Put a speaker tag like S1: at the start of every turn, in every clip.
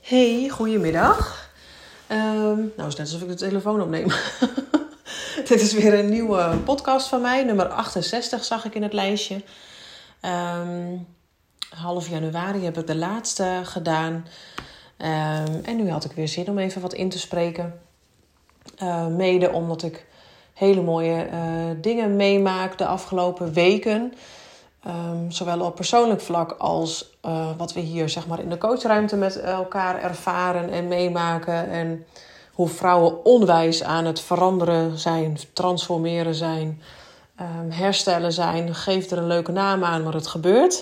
S1: Hey, goedemiddag. Nou, is net alsof ik de telefoon opneem. Dit is weer een nieuwe podcast van mij. Nummer 68 zag ik in het lijstje. Half januari heb ik de laatste gedaan. En nu had ik weer zin om even wat in te spreken. Mede omdat ik hele mooie dingen meemaak de afgelopen weken. Zowel op persoonlijk vlak als wat we hier zeg maar in de coachruimte met elkaar ervaren en meemaken. En hoe vrouwen onwijs aan het veranderen zijn, transformeren zijn, herstellen zijn. Geef er een leuke naam aan, maar het gebeurt.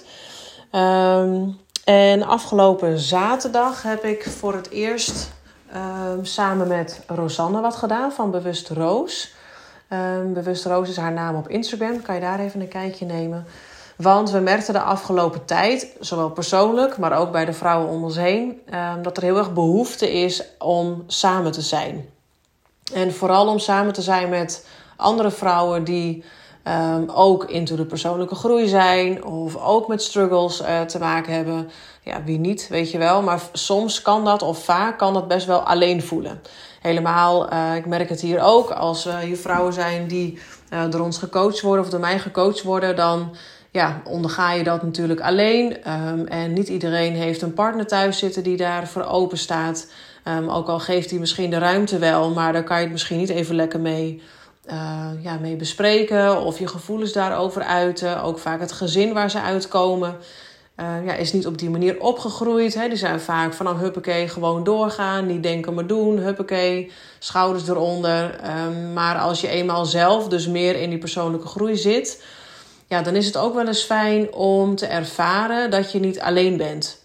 S1: En afgelopen zaterdag heb ik voor het eerst samen met Rosanne wat gedaan van Bewust Roos. Bewust Roos is haar naam op Instagram. Kan je daar even een kijkje nemen. Want we merkten de afgelopen tijd, zowel persoonlijk, maar ook bij de vrouwen om ons heen, dat er heel erg behoefte is om samen te zijn. En vooral om samen te zijn met andere vrouwen die ook into de persoonlijke groei zijn of ook met struggles te maken hebben. Ja, wie niet, weet je wel. Maar soms kan dat, of vaak kan dat best wel alleen voelen. Helemaal, ik merk het hier ook, als hier vrouwen zijn die door ons gecoacht worden of door mij gecoacht worden, dan onderga je dat natuurlijk alleen. En niet iedereen heeft een partner thuis zitten die daarvoor open staat. Ook al geeft hij misschien de ruimte wel, maar daar kan je het misschien niet even lekker mee bespreken of je gevoelens daarover uiten. Ook vaak het gezin waar ze uitkomen is niet op die manier opgegroeid. Hè. Die zijn vaak vanaf huppakee gewoon doorgaan, niet denken maar doen, huppakee, schouders eronder. Maar als je eenmaal zelf dus meer in die persoonlijke groei zit, dan is het ook wel eens fijn om te ervaren dat je niet alleen bent.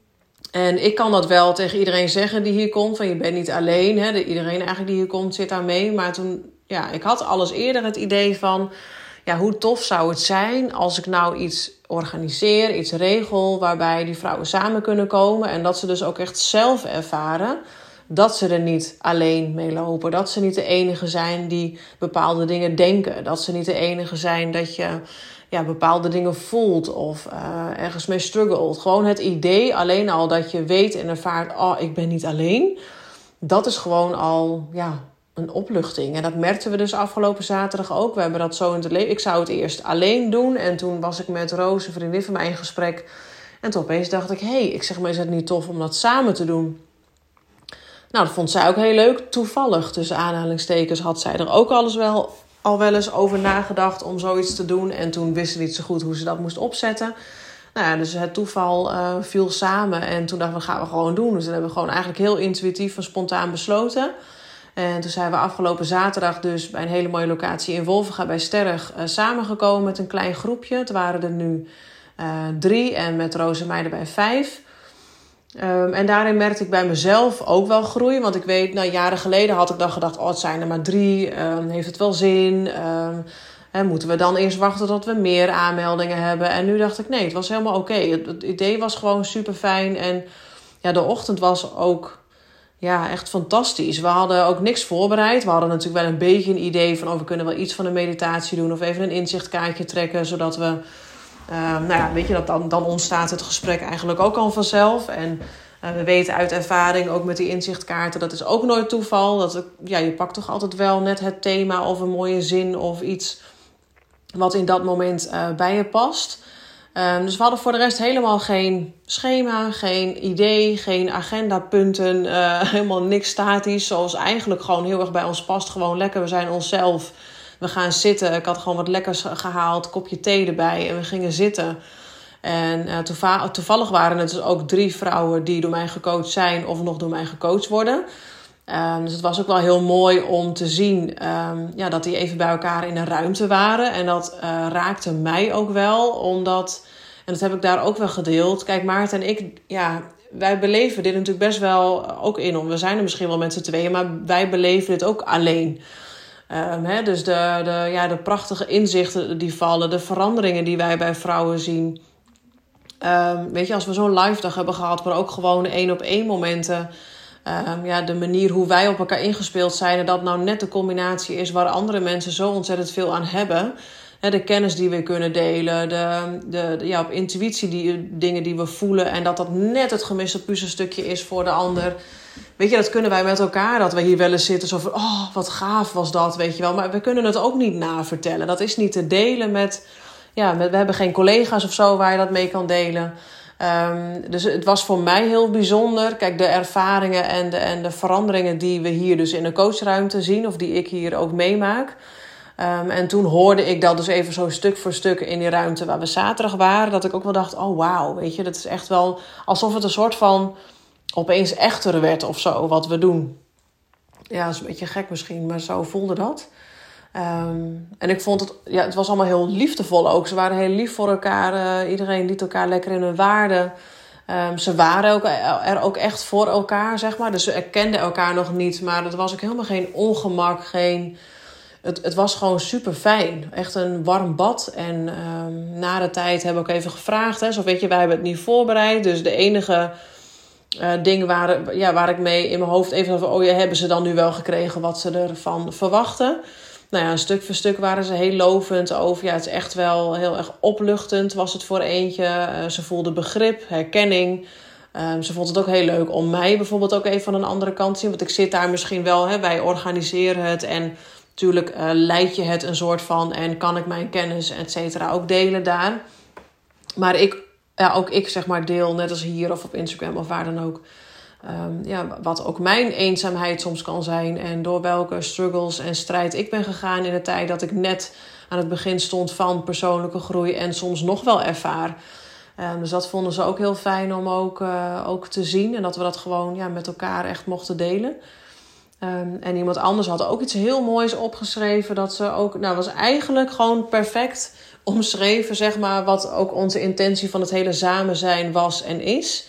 S1: En ik kan dat wel tegen iedereen zeggen die hier komt, van je bent niet alleen. Hè. Iedereen eigenlijk die hier komt zit daar mee. Maar toen, ik had alles eerder het idee van, hoe tof zou het zijn als ik nou iets organiseer, iets regel, waarbij die vrouwen samen kunnen komen. En dat ze dus ook echt zelf ervaren dat ze er niet alleen mee lopen. Dat ze niet de enige zijn die bepaalde dingen denken. Dat ze niet de enige zijn dat je bepaalde dingen voelt of ergens mee struggelt. Gewoon het idee, alleen al dat je weet en ervaart, ik ben niet alleen. Dat is gewoon al een opluchting. En dat merkten we dus afgelopen zaterdag ook. We hebben dat zo in het leven. Ik zou het eerst alleen doen. En toen was ik met Roos, een vriendin van mij, in gesprek. En toen opeens dacht ik, maar is het niet tof om dat samen te doen? Nou, dat vond zij ook heel leuk. Toevallig, tussen aanhalingstekens, had zij er ook al wel eens over nagedacht om zoiets te doen. En toen wist ze niet zo goed hoe ze dat moest opzetten. Dus het toeval viel samen. En toen dachten we, gaan we gewoon doen. Dus dat hebben we gewoon eigenlijk heel intuïtief en spontaan besloten. En toen zijn we afgelopen zaterdag dus bij een hele mooie locatie in Wolvenga bij Sterrig samengekomen met een klein groepje. Het waren er nu 3 en met Roos en mij erbij 5. En daarin merkte ik bij mezelf ook wel groei. Want ik weet, jaren geleden had ik dan gedacht, het zijn er maar 3. Heeft het wel zin? Moeten we dan eerst wachten tot we meer aanmeldingen hebben? En nu dacht ik, nee, het was helemaal oké. Het idee was gewoon super fijn. En de ochtend was ook echt fantastisch. We hadden ook niks voorbereid. We hadden natuurlijk wel een beetje een idee van, we kunnen wel iets van een meditatie doen of even een inzichtkaartje trekken, zodat we dan ontstaat het gesprek eigenlijk ook al vanzelf. En we weten uit ervaring, ook met die inzichtkaarten, dat is ook nooit toeval. Je pakt toch altijd wel net het thema of een mooie zin of iets wat in dat moment bij je past. Dus we hadden voor de rest helemaal geen schema, geen idee, geen agendapunten, helemaal niks statisch. Zoals eigenlijk gewoon heel erg bij ons past. Gewoon lekker, we zijn onszelf. We gaan zitten. Ik had gewoon wat lekkers gehaald, kopje thee erbij en we gingen zitten. En toevallig waren het dus ook 3 vrouwen die door mij gecoacht zijn of nog door mij gecoacht worden. Dus het was ook wel heel mooi om te zien dat die even bij elkaar in een ruimte waren. En dat raakte mij ook wel, omdat, en dat heb ik daar ook wel gedeeld. Kijk, Maarten en ik, wij beleven dit natuurlijk best wel ook in. We zijn er misschien wel met z'n tweeën, maar wij beleven dit ook alleen. Dus de prachtige inzichten die vallen, de veranderingen die wij bij vrouwen zien. Als we zo'n live dag hebben gehad, maar ook gewoon 1-op-1 momenten. De manier hoe wij op elkaar ingespeeld zijn en dat nou net de combinatie is waar andere mensen zo ontzettend veel aan hebben. de kennis die we kunnen delen, de op intuïtie dingen die we voelen en dat net het gemiste puzzelstukje is voor de ander. Weet je, dat kunnen wij met elkaar, dat we hier wel eens zitten zo van, oh, wat gaaf was dat, weet je wel. Maar we kunnen het ook niet navertellen. Dat is niet te delen we hebben geen collega's of zo waar je dat mee kan delen. Dus het was voor mij heel bijzonder. Kijk, de ervaringen en de veranderingen die we hier dus in de coachruimte zien, of die ik hier ook meemaak. En toen hoorde ik dat dus even zo stuk voor stuk in die ruimte waar we zaterdag waren, dat ik ook wel dacht, oh wauw, weet je, dat is echt wel alsof het een soort van opeens echter werd of zo, wat we doen. Ja, dat is een beetje gek misschien, maar zo voelde dat. En ik vond het was allemaal heel liefdevol ook. Ze waren heel lief voor elkaar. Iedereen liet elkaar lekker in hun waarde. Ze waren er ook echt voor elkaar, zeg maar. Dus ze erkenden elkaar nog niet. Maar het was ook helemaal geen ongemak. Het was gewoon super fijn. Echt een warm bad. En na de tijd hebben we ook even gevraagd. Hè. Zo weet je, wij hebben het niet voorbereid. Dus de enige dingen waar ik mee in mijn hoofd even over... hebben ze dan nu wel gekregen wat ze ervan verwachten? Nou ja, stuk voor stuk waren ze heel lovend over. Ja, het is echt wel heel erg opluchtend was het voor eentje. Ze voelde begrip, herkenning. Ze vond het ook heel leuk om mij bijvoorbeeld ook even van een andere kant te zien. Want ik zit daar misschien wel, wij organiseren het. En natuurlijk leid je het een soort van... en kan ik mijn kennis, et cetera, ook delen daar. Maar ook ik zeg maar deel, net als hier of op Instagram of waar dan ook... wat ook mijn eenzaamheid soms kan zijn. En door welke struggles en strijd ik ben gegaan in de tijd dat ik net aan het begin stond van persoonlijke groei en soms nog wel ervaar. Dus dat vonden ze ook heel fijn om ook te zien. En dat we dat gewoon met elkaar echt mochten delen. En iemand anders had ook iets heel moois opgeschreven. Dat ze ook, was eigenlijk gewoon perfect omschreven, zeg maar, wat ook onze intentie van het hele samen zijn was en is.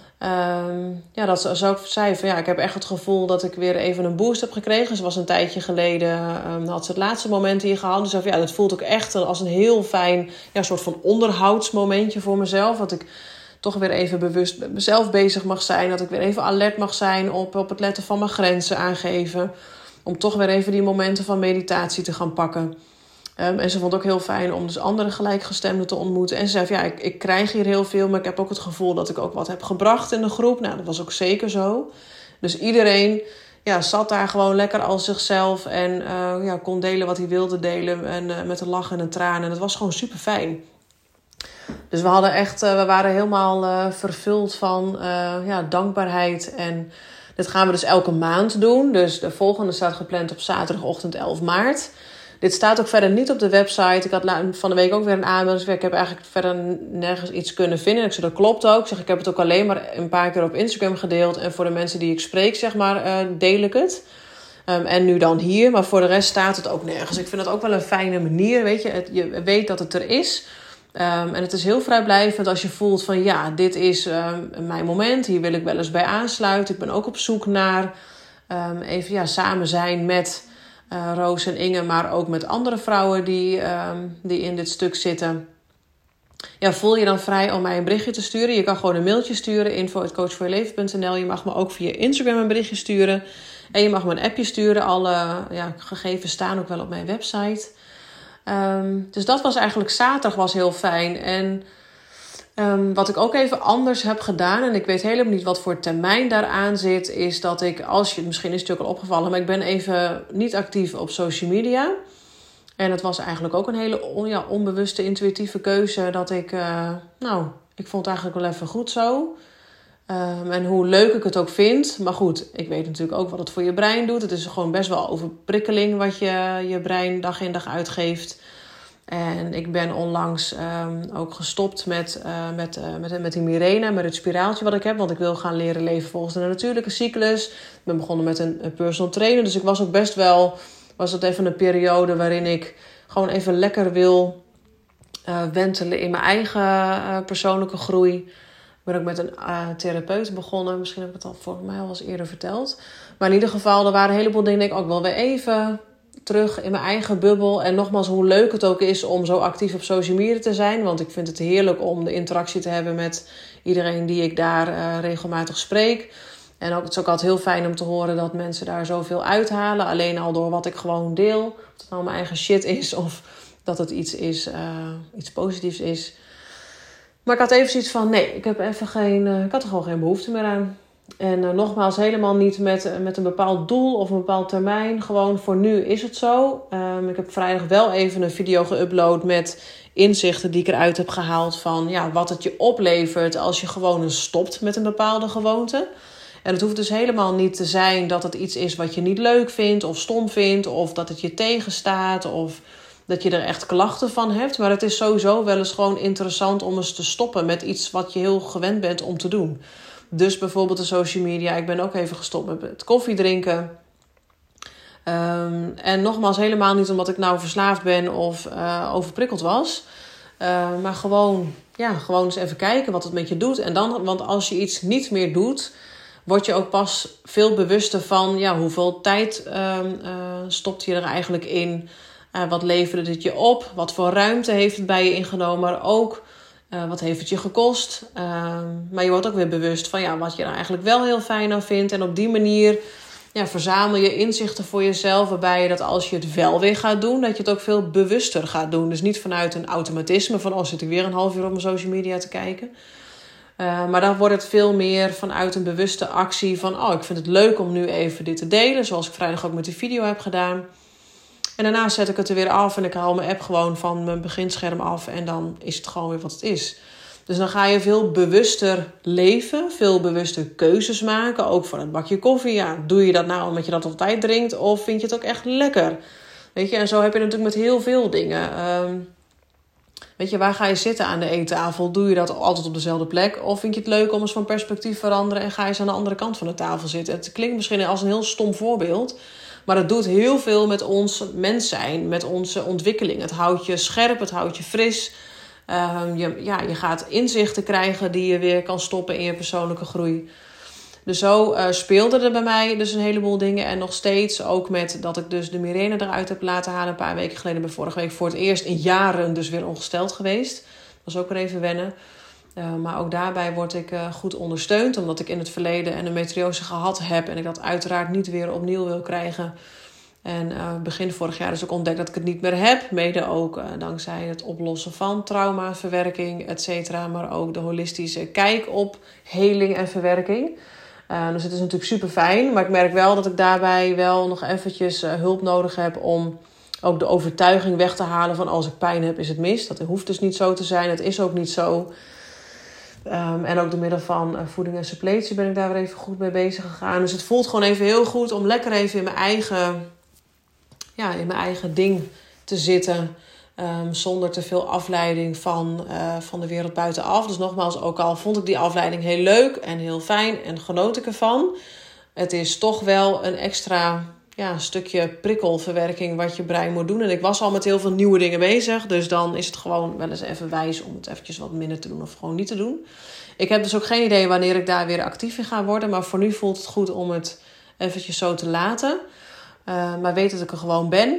S1: Dat ze ook zei van ik heb echt het gevoel dat ik weer even een boost heb gekregen. Ze was een tijdje geleden, had ze het laatste moment hier gehad. Dus dat voelt ook echt als een heel fijn soort van onderhoudsmomentje voor mezelf. Dat ik toch weer even bewust met mezelf bezig mag zijn. Dat ik weer even alert mag zijn op het letten van mijn grenzen aangeven. Om toch weer even die momenten van meditatie te gaan pakken. En ze vond het ook heel fijn om dus andere gelijkgestemden te ontmoeten. En ze zei, ik krijg hier heel veel, maar ik heb ook het gevoel dat ik ook wat heb gebracht in de groep. Nou, dat was ook zeker zo. Dus iedereen zat daar gewoon lekker als zichzelf en kon delen wat hij wilde delen. En met een lach en een traan. En dat was gewoon super fijn. Dus we waren helemaal vervuld van dankbaarheid. En dit gaan we dus elke maand doen. Dus de volgende staat gepland op zaterdagochtend 11 maart. Dit staat ook verder niet op de website. Ik had van de week ook weer een aanmelding. Ik heb eigenlijk verder nergens iets kunnen vinden. Ik zei, dat klopt ook. Ik heb het ook alleen maar een paar keer op Instagram gedeeld. En voor de mensen die ik spreek, zeg maar, deel ik het. En nu dan hier. Maar voor de rest staat het ook nergens. Ik vind dat ook wel een fijne manier. Weet je, je weet dat het er is. En het is heel vrijblijvend als je voelt van dit is mijn moment. Hier wil ik wel eens bij aansluiten. Ik ben ook op zoek naar even samen zijn met Roos en Inge, maar ook met andere vrouwen die in dit stuk zitten. Voel je dan vrij om mij een berichtje te sturen. Je kan gewoon een mailtje sturen, info@coachvoorjeleven.nl. Je mag me ook via Instagram een berichtje sturen. En je mag me een appje sturen. Alle gegevens staan ook wel op mijn website. Dus dat was eigenlijk zaterdag was heel fijn. En wat ik ook even anders heb gedaan, en ik weet helemaal niet wat voor termijn daaraan zit, is dat ik, misschien is het je ook al opgevallen, maar ik ben even niet actief op social media. En het was eigenlijk ook een hele onbewuste, intuïtieve keuze dat ik vond het eigenlijk wel even goed zo. En hoe leuk ik het ook vind. Maar goed, ik weet natuurlijk ook wat het voor je brein doet. Het is gewoon best wel overprikkeling wat je brein dag in dag uitgeeft. En ik ben onlangs ook gestopt met die Mirena, met het spiraaltje wat ik heb. Want ik wil gaan leren leven volgens de natuurlijke cyclus. Ik ben begonnen met een personal trainer. Dus ik was ook was het even een periode waarin ik gewoon even lekker wil wentelen in mijn eigen persoonlijke groei. Ik ben ook met een therapeut begonnen. Misschien heb ik het al volgens mij al eens eerder verteld. Maar in ieder geval, er waren een heleboel dingen die ik ook wel weer even terug in mijn eigen bubbel. En nogmaals, hoe leuk het ook is om zo actief op social media te zijn. Want ik vind het heerlijk om de interactie te hebben met iedereen die ik daar regelmatig spreek. En ook, het is ook altijd heel fijn om te horen dat mensen daar zoveel uithalen. Alleen al door wat ik gewoon deel. Of het nou mijn eigen shit is of dat het iets is, iets positiefs is. Maar ik had even zoiets van, nee, ik had er gewoon geen behoefte meer aan. En nogmaals, helemaal niet met een bepaald doel of een bepaald termijn. Gewoon voor nu is het zo. Ik heb vrijdag wel even een video geüpload met inzichten die ik eruit heb gehaald van wat het je oplevert als je gewoon stopt met een bepaalde gewoonte. En het hoeft dus helemaal niet te zijn dat het iets is wat je niet leuk vindt of stom vindt, of dat het je tegenstaat of dat je er echt klachten van hebt. Maar het is sowieso wel eens gewoon interessant om eens te stoppen met iets wat je heel gewend bent om te doen. Dus bijvoorbeeld de social media. Ik ben ook even gestopt met het koffie drinken. En nogmaals, helemaal niet omdat ik nou verslaafd ben of overprikkeld was. Maar gewoon eens even kijken wat het met je doet. En dan, want als je iets niet meer doet, word je ook pas veel bewuster van hoeveel tijd stopt je er eigenlijk in. Wat leverde dit je op? Wat voor ruimte heeft het bij je ingenomen? Maar ook wat heeft het je gekost? Maar je wordt ook weer bewust van wat je er eigenlijk wel heel fijn aan vindt. En op die manier verzamel je inzichten voor jezelf. Waarbij je dat als je het wel weer gaat doen, dat je het ook veel bewuster gaat doen. Dus niet vanuit een automatisme van zit ik weer een half uur op mijn social media te kijken. Maar dan wordt het veel meer vanuit een bewuste actie van ik vind het leuk om nu even dit te delen. Zoals ik vrijdag ook met die video heb gedaan. En daarna zet ik het er weer af en ik haal mijn app gewoon van mijn beginscherm af. En dan is het gewoon weer wat het is. Dus dan ga je veel bewuster leven, veel bewuster keuzes maken. Ook voor het bakje koffie. Doe je dat nou omdat je dat altijd drinkt of vind je het ook echt lekker? Weet je, en zo heb je natuurlijk met heel veel dingen. Weet je, waar ga je zitten aan de eettafel? Doe je dat altijd op dezelfde plek? Of vind je het leuk om eens van perspectief te veranderen en ga je eens aan de andere kant van de tafel zitten? Het klinkt misschien als een heel stom voorbeeld. Maar het doet heel veel met ons mens zijn, met onze ontwikkeling. Het houdt je scherp, het houdt je fris. Je gaat inzichten krijgen die je weer kan stoppen in je persoonlijke groei. Dus zo speelde er bij mij dus een heleboel dingen. En nog steeds ook met dat ik dus de migraine eruit heb laten halen. Een paar weken geleden, vorige week voor het eerst in jaren dus weer ongesteld geweest. Dat was ook weer even wennen. Maar ook daarbij word ik goed ondersteund. Omdat ik in het verleden endometriose gehad heb. En ik dat uiteraard niet weer opnieuw wil krijgen. En begin vorig jaar dus ook ontdekt dat ik het niet meer heb. Mede ook dankzij het oplossen van trauma, verwerking, et cetera. Maar ook de holistische kijk op heling en verwerking. Dus het is natuurlijk super fijn. Maar ik merk wel dat ik daarbij wel nog eventjes hulp nodig heb om ook de overtuiging weg te halen van als ik pijn heb is het mis. Dat hoeft dus niet zo te zijn. Het is ook niet zo. En ook door middel van voeding en suppletie ben ik daar weer even goed mee bezig gegaan. Dus het voelt gewoon even heel goed om lekker even in mijn eigen ding te zitten. Zonder te veel afleiding van de wereld buitenaf. Dus nogmaals, ook al vond ik die afleiding heel leuk en heel fijn en genoot ik ervan. Het is toch wel een extra stukje prikkelverwerking wat je brein moet doen. En ik was al met heel veel nieuwe dingen bezig. Dus dan is het gewoon wel eens even wijs om het eventjes wat minder te doen of gewoon niet te doen. Ik heb dus ook geen idee wanneer ik daar weer actief in ga worden. Maar voor nu voelt het goed om het eventjes zo te laten. Maar weet dat ik er gewoon ben.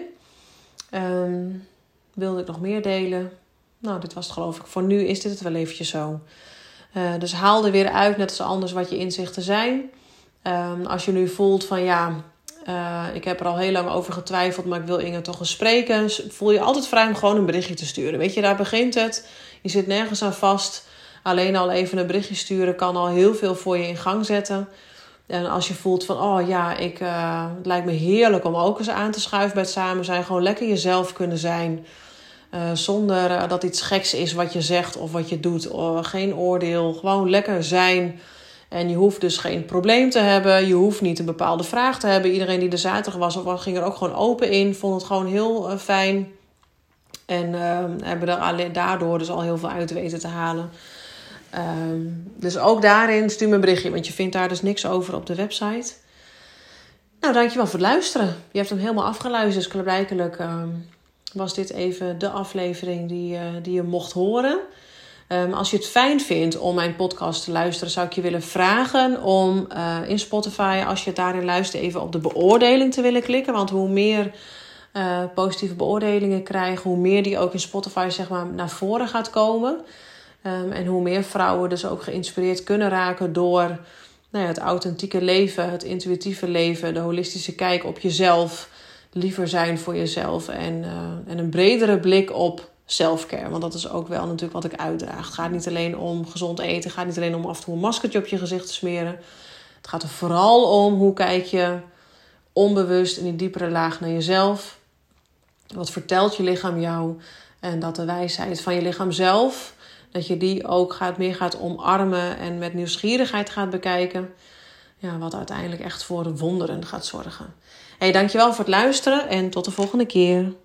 S1: Wilde ik nog meer delen? Nou, dit was het geloof ik. Voor nu is dit het wel eventjes zo. Dus haal er weer uit, net als anders, wat je inzichten zijn. Als je nu voelt van ik heb er al heel lang over getwijfeld, maar ik wil Inge toch eens spreken. Voel je altijd vrij om gewoon een berichtje te sturen. Weet je, daar begint het. Je zit nergens aan vast. Alleen al even een berichtje sturen kan al heel veel voor je in gang zetten. En als je voelt van, het lijkt me heerlijk om ook eens aan te schuiven bij het samen zijn. Gewoon lekker jezelf kunnen zijn. Zonder dat iets geks is wat je zegt of wat je doet. Geen oordeel. Gewoon lekker zijn. En je hoeft dus geen probleem te hebben. Je hoeft niet een bepaalde vraag te hebben. Iedereen die er zaterdag was, ging er ook gewoon open in. Vond het gewoon heel fijn. En hebben er daardoor dus al heel veel uit weten te halen. Dus ook daarin stuur me een berichtje. Want je vindt daar dus niks over op de website. Nou, dankjewel voor het luisteren. Je hebt hem helemaal afgeluisterd. Dus klaarblijkelijk was dit even de aflevering die je mocht horen. Als je het fijn vindt om mijn podcast te luisteren, zou ik je willen vragen om in Spotify, als je het daarin luistert, even op de beoordeling te willen klikken. Want hoe meer positieve beoordelingen krijgen, hoe meer die ook in Spotify zeg maar naar voren gaat komen. En hoe meer vrouwen dus ook geïnspireerd kunnen raken door het authentieke leven, het intuïtieve leven, de holistische kijk op jezelf. liever zijn voor jezelf. En een bredere blik op selfcare. Want dat is ook wel natuurlijk wat ik uitdraag. Het gaat niet alleen om gezond eten. Het gaat niet alleen om af en toe een maskertje op je gezicht te smeren. Het gaat er vooral om hoe kijk je onbewust in die diepere laag naar jezelf. Wat vertelt je lichaam jou? En dat de wijsheid van je lichaam zelf, dat je die ook meer gaat omarmen en met nieuwsgierigheid gaat bekijken. Ja, wat uiteindelijk echt voor wonderen gaat zorgen. Dankjewel voor het luisteren en tot de volgende keer.